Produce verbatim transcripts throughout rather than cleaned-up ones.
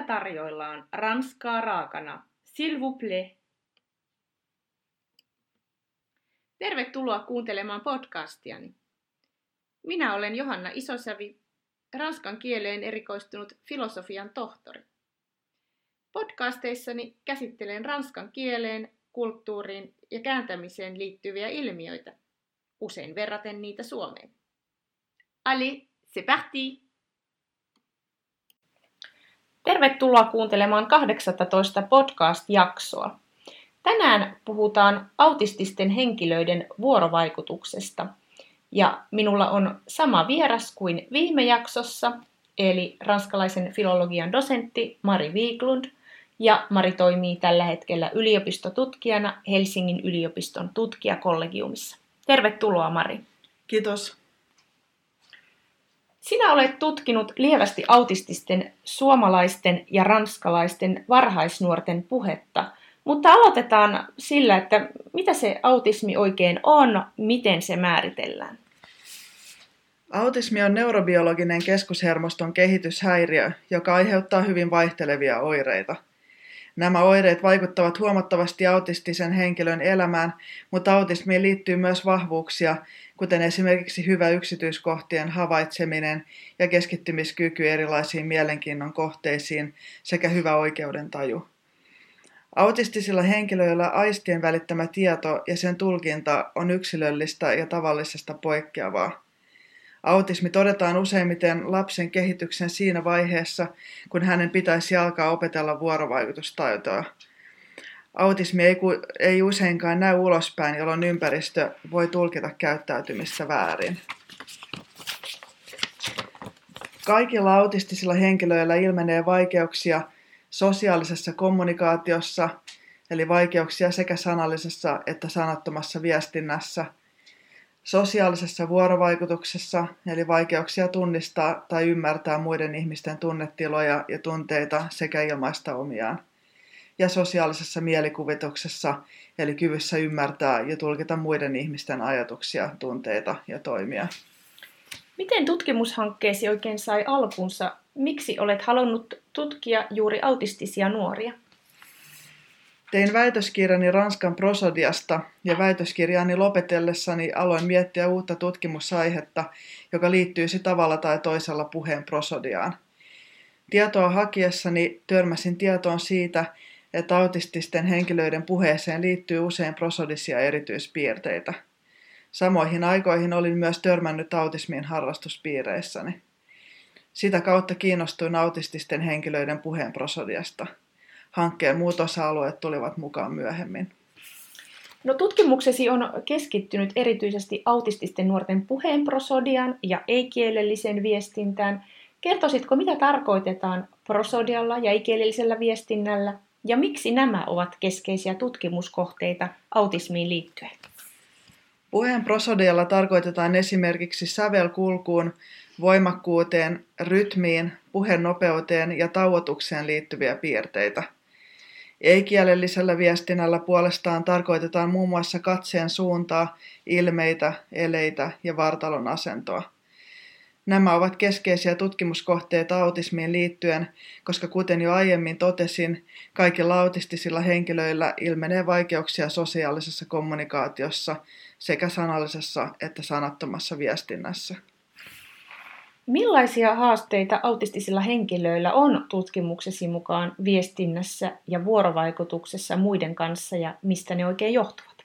tarjoillaan ranskaa raakana. S'il vous plaît. Tervetuloa kuuntelemaan podcastiani. Minä olen Johanna Isosävi, ranskan kieleen erikoistunut filosofian tohtori. Podcasteissani käsittelen ranskan kieleen, kulttuuriin ja kääntämiseen liittyviä ilmiöitä, usein verraten niitä Suomeen. Allez, c'est parti! Tervetuloa kuuntelemaan kahdeksastoista podcast-jaksoa. Tänään puhutaan autististen henkilöiden vuorovaikutuksesta. Ja minulla on sama vieras kuin viime jaksossa, eli ranskalaisen filologian dosentti Mari Wiklund. Ja Mari toimii tällä hetkellä yliopistotutkijana Helsingin yliopiston tutkijakollegiumissa. Tervetuloa, Mari. Kiitos. Sinä olet tutkinut lievästi autististen suomalaisten ja ranskalaisten varhaisnuorten puhetta, mutta aloitetaan sillä, että mitä se autismi oikein on, miten se määritellään? Autismi on neurobiologinen keskushermoston kehityshäiriö, joka aiheuttaa hyvin vaihtelevia oireita. Nämä oireet vaikuttavat huomattavasti autistisen henkilön elämään, mutta autismiin liittyy myös vahvuuksia, kuten esimerkiksi hyvä yksityiskohtien havaitseminen ja keskittymiskyky erilaisiin mielenkiinnon kohteisiin sekä hyvä oikeudentaju. Autistisilla henkilöillä aistien välittämä tieto ja sen tulkinta on yksilöllistä ja tavallisesta poikkeavaa. Autismi todetaan useimmiten lapsen kehityksen siinä vaiheessa, kun hänen pitäisi alkaa opetella vuorovaikutustaitoa. Autismi ei, ei useinkaan näy ulospäin, jolloin ympäristö voi tulkita käyttäytymistä väärin. Kaikilla autistisilla henkilöillä ilmenee vaikeuksia sosiaalisessa kommunikaatiossa, eli vaikeuksia sekä sanallisessa että sanattomassa viestinnässä, sosiaalisessa vuorovaikutuksessa, eli vaikeuksia tunnistaa tai ymmärtää muiden ihmisten tunnetiloja ja tunteita sekä ilmaista omiaan, ja sosiaalisessa mielikuvituksessa, eli kyvyssä ymmärtää ja tulkita muiden ihmisten ajatuksia, tunteita ja toimia. Miten tutkimushankkeesi oikein sai alkunsa? Miksi olet halunnut tutkia juuri autistisia nuoria? Tein väitöskirjani Ranskan prosodiasta ja väitöskirjaani lopetellessani aloin miettiä uutta tutkimusaihetta, joka liittyisi tavalla tai toisella puheen prosodiaan. Tietoa hakiessani törmäsin tietoon siitä, että autististen henkilöiden puheeseen liittyy usein prosodisia erityispiirteitä. Samoihin aikoihin olin myös törmännyt autismiin harrastuspiireissäni. Sitä kautta kiinnostuin autististen henkilöiden puheen prosodiasta. Hankkeen muut osa-alueet tulivat mukaan myöhemmin. No, tutkimuksesi on keskittynyt erityisesti autististen nuorten puheen prosodiaan ja ei-kielelliseen viestintään. Kertoisitko, mitä tarkoitetaan prosodialla ja ei-kielellisellä viestinnällä ja miksi nämä ovat keskeisiä tutkimuskohteita autismiin liittyen? Puheen prosodialla tarkoitetaan esimerkiksi sävelkulkuun, voimakkuuteen, rytmiin, puheen nopeuteen ja tauotukseen liittyviä piirteitä. Ei-kielellisellä viestinnällä puolestaan tarkoitetaan muun muassa katseen suuntaa, ilmeitä, eleitä ja vartalon asentoa. Nämä ovat keskeisiä tutkimuskohteita autismiin liittyen, koska kuten jo aiemmin totesin, kaikilla autistisilla henkilöillä ilmenee vaikeuksia sosiaalisessa kommunikaatiossa sekä sanallisessa että sanattomassa viestinnässä. Millaisia haasteita autistisilla henkilöillä on tutkimuksesi mukaan viestinnässä ja vuorovaikutuksessa muiden kanssa ja mistä ne oikein johtuvat?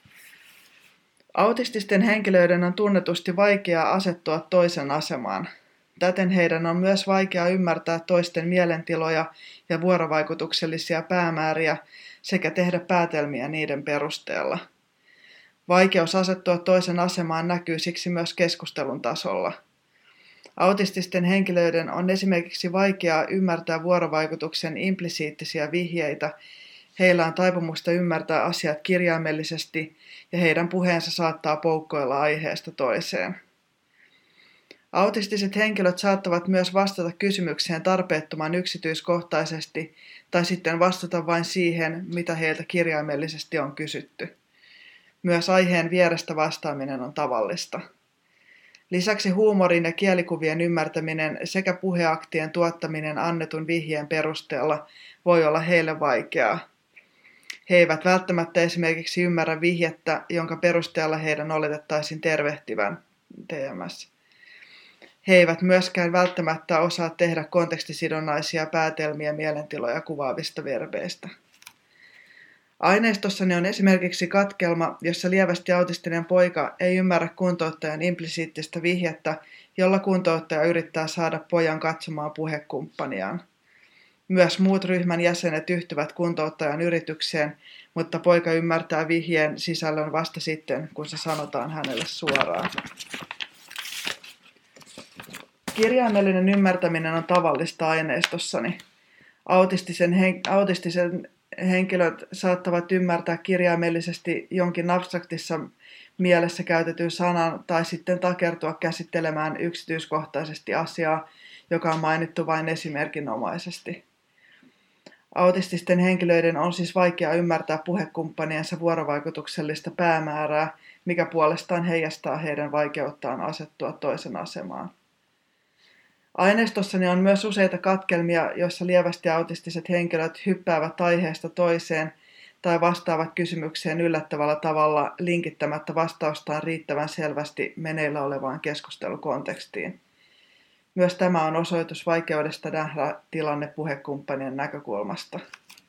Autististen henkilöiden on tunnetusti vaikea asettua toisen asemaan. Täten heidän on myös vaikea ymmärtää toisten mielentiloja ja vuorovaikutuksellisia päämääriä sekä tehdä päätelmiä niiden perusteella. Vaikeus asettua toisen asemaan näkyy siksi myös keskustelun tasolla. Autististen henkilöiden on esimerkiksi vaikeaa ymmärtää vuorovaikutuksen implisiittisiä vihjeitä. Heillä on taipumusta ymmärtää asiat kirjaimellisesti ja heidän puheensa saattaa poukkoilla aiheesta toiseen. Autistiset henkilöt saattavat myös vastata kysymykseen tarpeettoman yksityiskohtaisesti tai sitten vastata vain siihen, mitä heiltä kirjaimellisesti on kysytty. Myös aiheen vierestä vastaaminen on tavallista. Lisäksi huumorin ja kielikuvien ymmärtäminen sekä puheaktien tuottaminen annetun vihjeen perusteella voi olla heille vaikeaa. He eivät välttämättä esimerkiksi ymmärrä vihjettä, jonka perusteella heidän oletettaisiin tervehtivän T M S. He eivät myöskään välttämättä osaa tehdä kontekstisidonnaisia päätelmiä mielentiloja kuvaavista verbeistä. Aineistossani on esimerkiksi katkelma, jossa lievästi autistinen poika ei ymmärrä kuntouttajan implisiittistä vihjettä, jolla kuntouttaja yrittää saada pojan katsomaan puhekumppaniaan. Myös muut ryhmän jäsenet yhtyvät kuntouttajan yritykseen, mutta poika ymmärtää vihjeen sisällön vasta sitten, kun se sanotaan hänelle suoraan. Kirjaimellinen ymmärtäminen on tavallista aineistossani. Autistisen, hen- autistisen henkilöt saattavat ymmärtää kirjaimellisesti jonkin abstraktissa mielessä käytetyn sanan tai sitten takertua käsittelemään yksityiskohtaisesti asiaa, joka on mainittu vain esimerkinomaisesti. Autististen henkilöiden on siis vaikea ymmärtää puhekumppaniensa vuorovaikutuksellista päämäärää, mikä puolestaan heijastaa heidän vaikeuttaan asettua toisen asemaan. Aineistossani on myös useita katkelmia, joissa lievästi autistiset henkilöt hyppäävät aiheesta toiseen tai vastaavat kysymykseen yllättävällä tavalla linkittämättä vastaustaan riittävän selvästi meneillä olevaan keskustelukontekstiin. Myös tämä on osoitus vaikeudesta nähdä tilanne puhekumppanien näkökulmasta.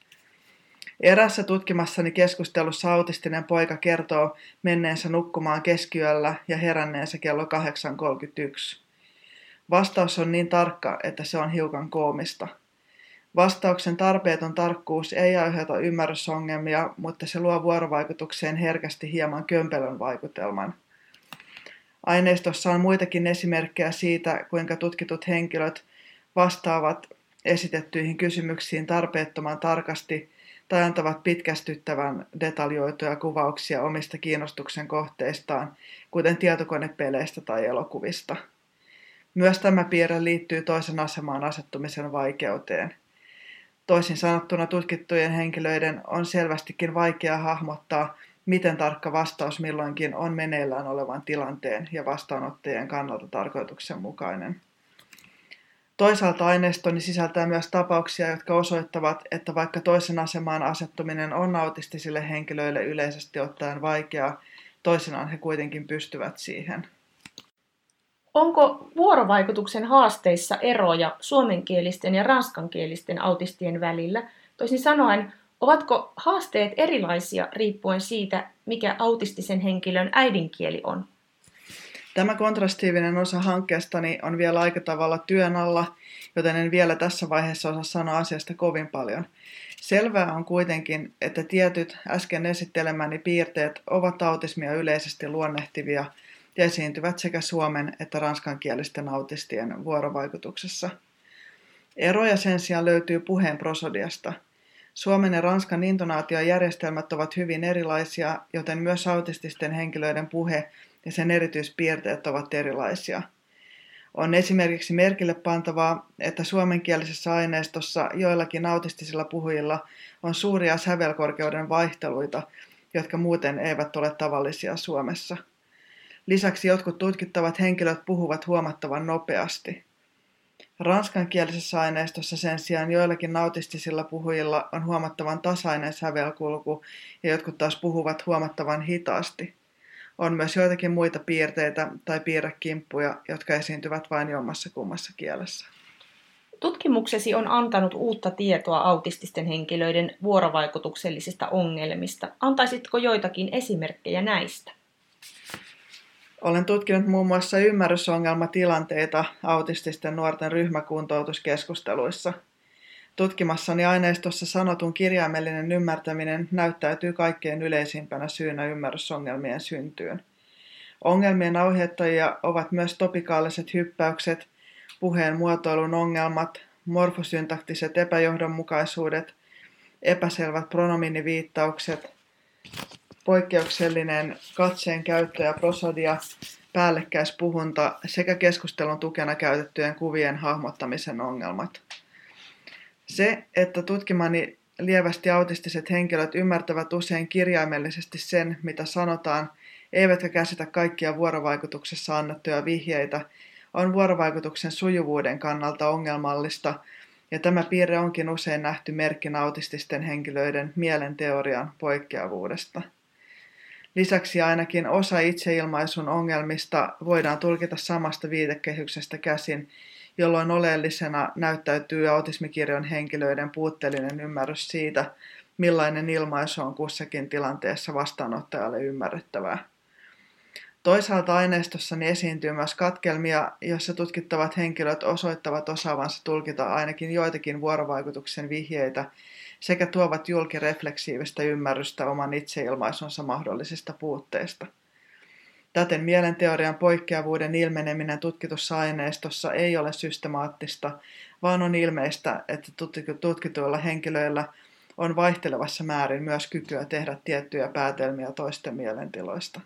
Erässä tutkimassani keskustelussa autistinen poika kertoo menneensä nukkumaan keskiyöllä ja heränneensä kello kahdeksan kolmekymmentäyksi. Vastaus on niin tarkka, että se on hiukan koomista. Vastauksen tarpeeton tarkkuus ei aiheuta ymmärrysongelmia, mutta se luo vuorovaikutukseen herkästi hieman kömpelön vaikutelman. Aineistossa on muitakin esimerkkejä siitä, kuinka tutkitut henkilöt vastaavat esitettyihin kysymyksiin tarpeettoman tarkasti tai antavat pitkästyttävän detaljoituja kuvauksia omista kiinnostuksen kohteistaan, kuten tietokonepeleistä tai elokuvista. Myös tämä piirre liittyy toisen asemaan asettumisen vaikeuteen. Toisin sanottuna tutkittujen henkilöiden on selvästikin vaikea hahmottaa, miten tarkka vastaus milloinkin on meneillään olevan tilanteen ja vastaanottajien kannalta tarkoituksenmukainen. Toisaalta aineistoni sisältää myös tapauksia, jotka osoittavat, että vaikka toisen asemaan asettuminen on autistisille henkilöille yleisesti ottaen vaikeaa, toisinaan he kuitenkin pystyvät siihen. Onko vuorovaikutuksen haasteissa eroja suomenkielisten ja ranskankielisten autistien välillä? Toisin sanoen, ovatko haasteet erilaisia riippuen siitä, mikä autistisen henkilön äidinkieli on? Tämä kontrastiivinen osa hankkeestani on vielä aika tavalla työn alla, joten en vielä tässä vaiheessa osaa sanoa asiasta kovin paljon. Selvää on kuitenkin, että tietyt äsken esittelemäni piirteet ovat autismia yleisesti luonnehtivia ja esiintyvät sekä suomen- että ranskankielisten autistien vuorovaikutuksessa. Eroja sen sijaan löytyy puheen prosodiasta. Suomen ja ranskan intonaatiojärjestelmät ovat hyvin erilaisia, joten myös autististen henkilöiden puhe ja sen erityispiirteet ovat erilaisia. On esimerkiksi merkille pantavaa, että suomenkielisessä aineistossa joillakin autistisilla puhujilla on suuria sävelkorkeuden vaihteluita, jotka muuten eivät ole tavallisia Suomessa. Lisäksi jotkut tutkittavat henkilöt puhuvat huomattavan nopeasti. Ranskankielisessä aineistossa sen sijaan joillakin autistisilla puhujilla on huomattavan tasainen sävelkulku ja jotkut taas puhuvat huomattavan hitaasti. On myös joitakin muita piirteitä tai piirrekimppuja, jotka esiintyvät vain jommassa kummassa kielessä. Tutkimuksesi on antanut uutta tietoa autististen henkilöiden vuorovaikutuksellisista ongelmista. Antaisitko joitakin esimerkkejä näistä? Olen tutkinut muun muassa ymmärrysongelmatilanteita autististen nuorten ryhmäkuntoutuskeskusteluissa. Tutkimassani aineistossa sanotun kirjaimellinen ymmärtäminen näyttäytyy kaikkein yleisimpänä syynä ymmärrysongelmien syntyyn. Ongelmien aiheuttajia ovat myös topikaaliset hyppäykset, puheen muotoilun ongelmat, morfosyntaktiset epäjohdonmukaisuudet, epäselvät pronomiiniviittaukset, poikkeuksellinen katseen käyttö ja prosodia, päällekkäispuhunta sekä keskustelun tukena käytettyjen kuvien hahmottamisen ongelmat. Se, että tutkimani lievästi autistiset henkilöt ymmärtävät usein kirjaimellisesti sen, mitä sanotaan, eivätkä käsitä kaikkia vuorovaikutuksessa annettuja vihjeitä, on vuorovaikutuksen sujuvuuden kannalta ongelmallista, ja tämä piirre onkin usein nähty merkkinä autististen henkilöiden mielenteorian poikkeavuudesta. Lisäksi ainakin osa itseilmaisun ongelmista voidaan tulkita samasta viitekehyksestä käsin, jolloin oleellisena näyttäytyy autismikirjon henkilöiden puutteellinen ymmärrys siitä, millainen ilmaisu on kussakin tilanteessa vastaanottajalle ymmärrettävää. Toisaalta aineistossani esiintyy myös katkelmia, joissa tutkittavat henkilöt osoittavat osaavansa tulkita ainakin joitakin vuorovaikutuksen vihjeitä sekä tuovat julki refleksiivistä ymmärrystä oman itseilmaisunsa mahdollisista puutteista. Täten mielenteorian poikkeavuuden ilmeneminen tutkitussa aineistossa ei ole systemaattista, vaan on ilmeistä, että tutkituilla henkilöillä on vaihtelevassa määrin myös kykyä tehdä tiettyjä päätelmiä toisten mielentiloista.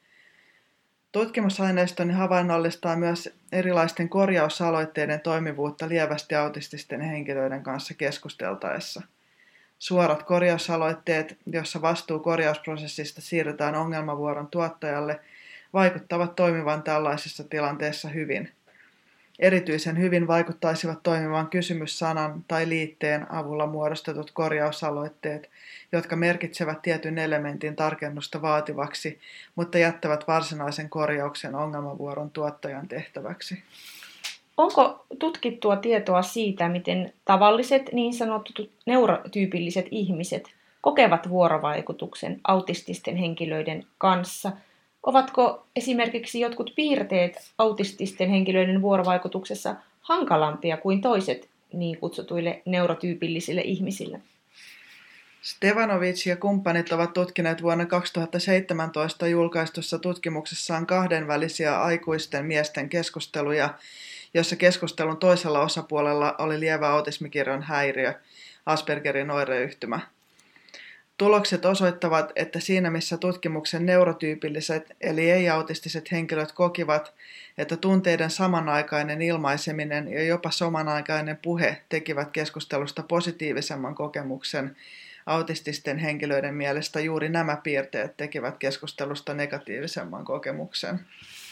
Tutkimusaineistoni havainnollistaa myös erilaisten korjausaloitteiden toimivuutta lievästi autististen henkilöiden kanssa keskusteltaessa. Suorat korjausaloitteet, joissa vastuu korjausprosessista siirretään ongelmavuoron tuottajalle, vaikuttavat toimivan tällaisessa tilanteessa hyvin. Erityisen hyvin vaikuttaisivat toimivan kysymyssanan tai liitteen avulla muodostetut korjausaloitteet, jotka merkitsevät tietyn elementin tarkennusta vaativaksi, mutta jättävät varsinaisen korjauksen ongelmavuoron tuottajan tehtäväksi. Onko tutkittua tietoa siitä, miten tavalliset niin sanotut neurotyypilliset ihmiset kokevat vuorovaikutuksen autististen henkilöiden kanssa? Ovatko esimerkiksi jotkut piirteet autististen henkilöiden vuorovaikutuksessa hankalampia kuin toiset niin kutsutuille neurotyypillisille ihmisille? Stevanovic ja kumppanit ovat tutkineet vuonna kaksituhattaseitsemäntoista julkaistussa tutkimuksessaan kahdenvälisiä aikuisten miesten keskusteluja, jossa keskustelun toisella osapuolella oli lievä autismikirjon häiriö, Aspergerin oireyhtymä. Tulokset osoittavat, että siinä missä tutkimuksen neurotyypilliset eli ei-autistiset henkilöt kokivat, että tunteiden samanaikainen ilmaiseminen ja jopa samanaikainen puhe tekivät keskustelusta positiivisemman kokemuksen, autististen henkilöiden mielestä juuri nämä piirteet tekivät keskustelusta negatiivisemman kokemuksen.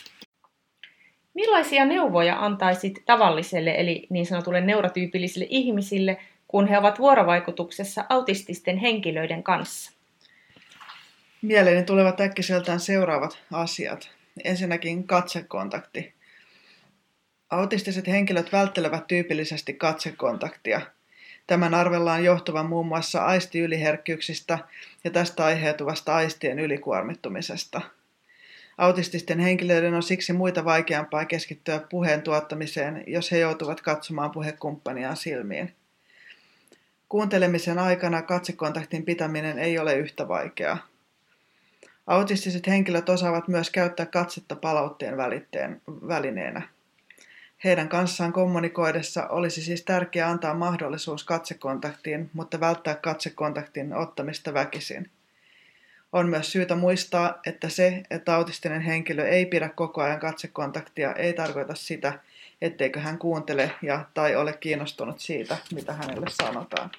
Millaisia neuvoja antaisit tavalliselle eli niin sanotulle neurotyypillisille ihmisille, kun he ovat vuorovaikutuksessa autististen henkilöiden kanssa? Mieleeni tulevat äkkiseltään seuraavat asiat. Ensinnäkin katsekontakti. Autistiset henkilöt välttelevät tyypillisesti katsekontaktia. Tämän arvellaan johtuvan muun muassa aistiyliherkkyyksistä ja tästä aiheutuvasta aistien ylikuormittumisesta. Autististen henkilöiden on siksi muita vaikeampaa keskittyä puheen tuottamiseen, jos he joutuvat katsomaan puhekumppaniaan silmiin. Kuuntelemisen aikana katsekontaktin pitäminen ei ole yhtä vaikeaa. Autistiset henkilöt osaavat myös käyttää katsetta palautteen välitteen, välineenä. Heidän kanssaan kommunikoidessa olisi siis tärkeää antaa mahdollisuus katsekontaktiin, mutta välttää katsekontaktin ottamista väkisin. On myös syytä muistaa, että se, että autistinen henkilö ei pidä koko ajan katsekontaktia, ei tarkoita sitä, etteikö hän kuuntele ja tai ole kiinnostunut siitä, mitä hänelle sanotaan.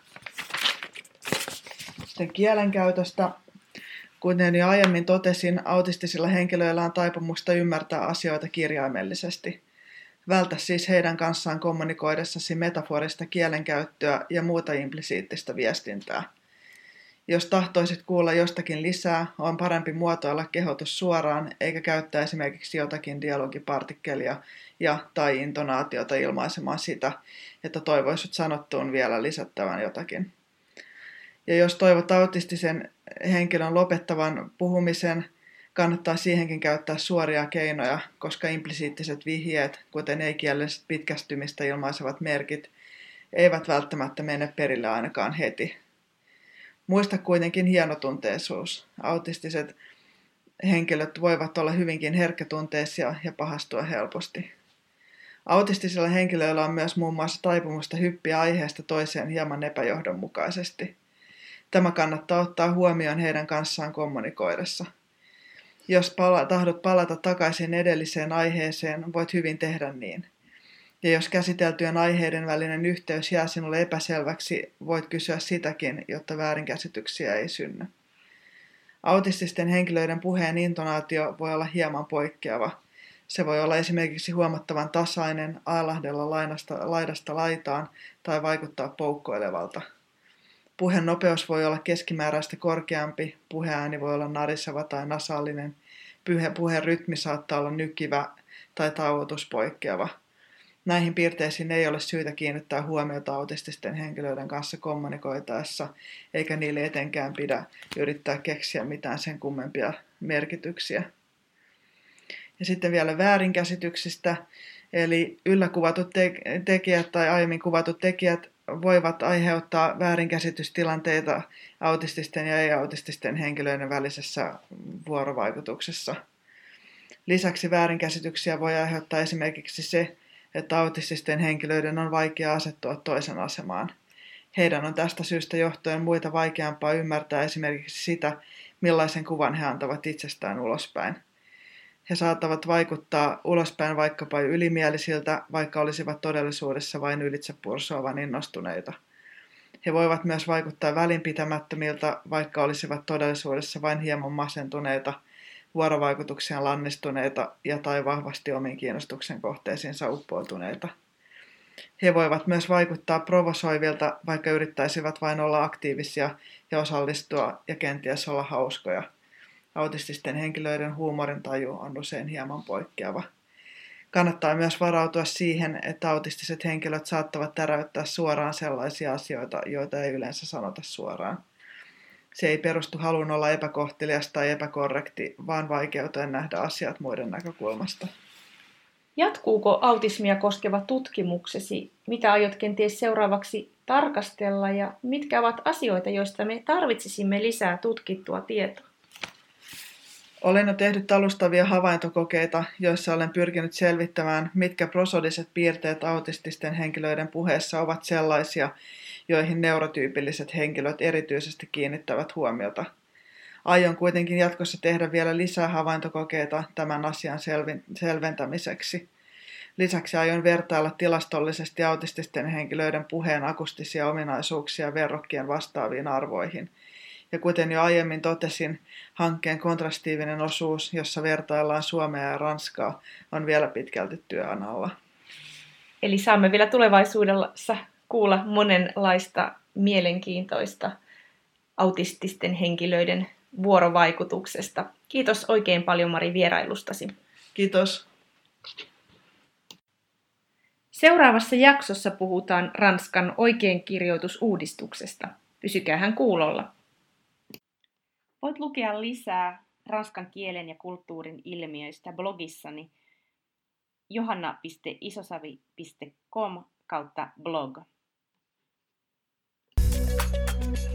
Sitten kielenkäytöstä. Kuten jo aiemmin totesin, autistisilla henkilöillä on taipumusta ymmärtää asioita kirjaimellisesti. Vältä siis heidän kanssaan kommunikoidessasi metaforista kielenkäyttöä ja muuta implisiittistä viestintää. Jos tahtoisit kuulla jostakin lisää, on parempi muotoilla kehotus suoraan, eikä käyttää esimerkiksi jotakin dialogipartikkelia ja tai intonaatiota ilmaisemaan sitä, että toivoisit sanottuun vielä lisättävän jotakin. Ja jos toivot autistisen henkilön lopettavan puhumisen, kannattaa siihenkin käyttää suoria keinoja, koska implisiittiset vihjeet, kuten ei-kielelliset pitkästymistä ilmaisevat merkit, eivät välttämättä mene perille ainakaan heti. Muista kuitenkin hienotunteisuus. Autistiset henkilöt voivat olla hyvinkin herkkätunteisia ja pahastua helposti. Autistisilla henkilöillä on myös muun muassa taipumusta hyppiä aiheesta toiseen hieman epäjohdonmukaisesti. Tämä kannattaa ottaa huomioon heidän kanssaan kommunikoidessa. Jos pala- tahdot palata takaisin edelliseen aiheeseen, voit hyvin tehdä niin. Ja jos käsiteltyjen aiheiden välinen yhteys jää sinulle epäselväksi, voit kysyä sitäkin, jotta väärinkäsityksiä ei synny. Autististen henkilöiden puheen intonaatio voi olla hieman poikkeava. Se voi olla esimerkiksi huomattavan tasainen, ailahdella laidasta, laidasta laitaan tai vaikuttaa poukkoilevalta. Puheen nopeus voi olla keskimääräistä korkeampi, puheääni voi olla nariseva tai nasaalinen, puheen rytmi saattaa olla nykivä tai tauotus poikkeava. Näihin piirteisiin ei ole syytä kiinnittää huomiota autististen henkilöiden kanssa kommunikoitaessa, eikä niille etenkään pidä yrittää keksiä mitään sen kummempia merkityksiä. Ja sitten vielä väärinkäsityksistä, eli ylläkuvatut te- tekijät tai aiemmin kuvatut tekijät voivat aiheuttaa väärinkäsitystilanteita autististen ja ei-autististen henkilöiden välisessä vuorovaikutuksessa. Lisäksi väärinkäsityksiä voi aiheuttaa esimerkiksi se, että autististen henkilöiden on vaikea asettua toisen asemaan. Heidän on tästä syystä johtuen muita vaikeampaa ymmärtää esimerkiksi sitä, millaisen kuvan he antavat itsestään ulospäin. He saattavat vaikuttaa ulospäin vaikkapa ylimielisiltä, vaikka olisivat todellisuudessa vain ylitsepursuavan innostuneita. He voivat myös vaikuttaa välinpitämättömiltä, vaikka olisivat todellisuudessa vain hieman masentuneita, vuorovaikutukseen lannistuneita ja tai vahvasti omiin kiinnostuksen kohteisiinsa uppoutuneita. He voivat myös vaikuttaa provosoivilta, vaikka yrittäisivät vain olla aktiivisia ja osallistua ja kenties olla hauskoja. Autististen henkilöiden huumorintaju on usein hieman poikkeava. Kannattaa myös varautua siihen, että autistiset henkilöt saattavat täräyttää suoraan sellaisia asioita, joita ei yleensä sanota suoraan. Se ei perustu halun olla epäkohtelias tai epäkorrekti, vaan vaikeuteen nähdä asiat muiden näkökulmasta. Jatkuuko autismia koskeva tutkimuksesi? Mitä aiot kenties seuraavaksi tarkastella ja mitkä ovat asioita, joista me tarvitsisimme lisää tutkittua tietoa? Olen jo tehnyt alustavia havaintokokeita, joissa olen pyrkinyt selvittämään, mitkä prosodiset piirteet autististen henkilöiden puheessa ovat sellaisia, joihin neurotyypilliset henkilöt erityisesti kiinnittävät huomiota. Aion kuitenkin jatkossa tehdä vielä lisää havaintokokeita tämän asian selventämiseksi. Lisäksi aion vertailla tilastollisesti autististen henkilöiden puheen akustisia ominaisuuksia verrokkien vastaaviin arvoihin. Ja kuten jo aiemmin totesin, hankkeen kontrastiivinen osuus, jossa vertaillaan Suomea ja Ranskaa, on vielä pitkälti työn alla. Eli saamme vielä tulevaisuudessa kuulla monenlaista mielenkiintoista autististen henkilöiden vuorovaikutuksesta. Kiitos oikein paljon, Mari, vierailustasi. Kiitos. Seuraavassa jaksossa puhutaan Ranskan oikeinkirjoitusuudistuksesta. Pysykäähän kuulolla. Voit lukea lisää ranskan kielen ja kulttuurin ilmiöistä blogissani johanna piste isosavi piste com kautta blog.